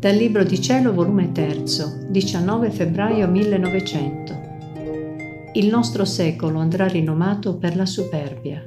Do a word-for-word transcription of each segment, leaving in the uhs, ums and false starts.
Dal Libro di Cielo, volume tre, diciannove febbraio millenovecento. Il nostro secolo andrà rinomato per la superbia.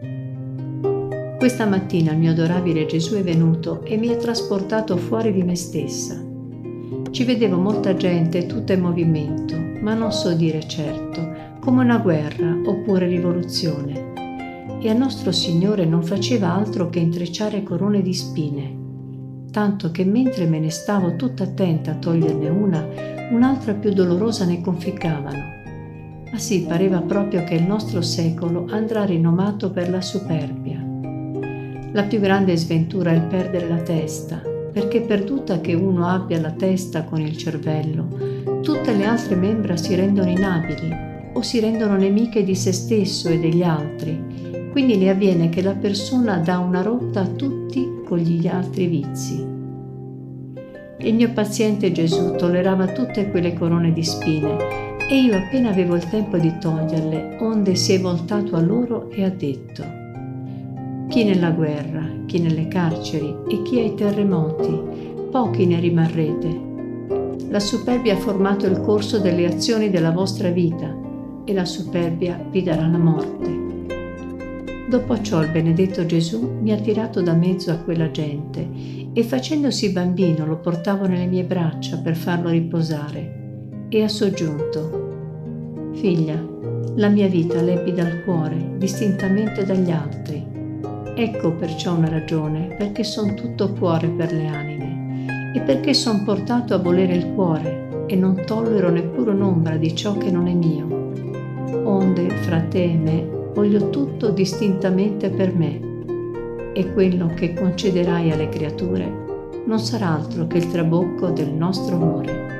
Questa mattina il mio adorabile Gesù è venuto e mi ha trasportato fuori di me stessa. Ci vedevo molta gente, tutta in movimento, ma non so dire certo, come una guerra oppure rivoluzione. E a nostro Signore non faceva altro che intrecciare corone di spine, tanto che mentre me ne stavo tutta attenta a toglierne una, un'altra più dolorosa ne conficcavano. Ma sì, pareva proprio che il nostro secolo andrà rinomato per la superbia. La più grande sventura è il perdere la testa, perché perduta che uno abbia la testa con il cervello, tutte le altre membra si rendono inabili o si rendono nemiche di se stesso e degli altri. Quindi ne avviene che la persona dà una rotta a tutti con gli altri vizi. Il mio paziente Gesù tollerava tutte quelle corone di spine e io appena avevo il tempo di toglierle, onde si è voltato a loro e ha detto: chi nella guerra, chi nelle carceri e chi ai terremoti, pochi ne rimarrete. La superbia ha formato il corso delle azioni della vostra vita e la superbia vi darà la morte. Dopo ciò il benedetto Gesù mi ha tirato da mezzo a quella gente e facendosi bambino lo portavo nelle mie braccia per farlo riposare e ha soggiunto: figlia, la mia vita l'ebbi dal cuore, distintamente dagli altri. Ecco perciò una ragione, perché son tutto cuore per le anime e perché son portato a volere il cuore e non tollero neppure un'ombra di ciò che non è mio. Onde fra te e me voglio tutto distintamente per me, e quello che concederai alle creature non sarà altro che il trabocco del nostro amore.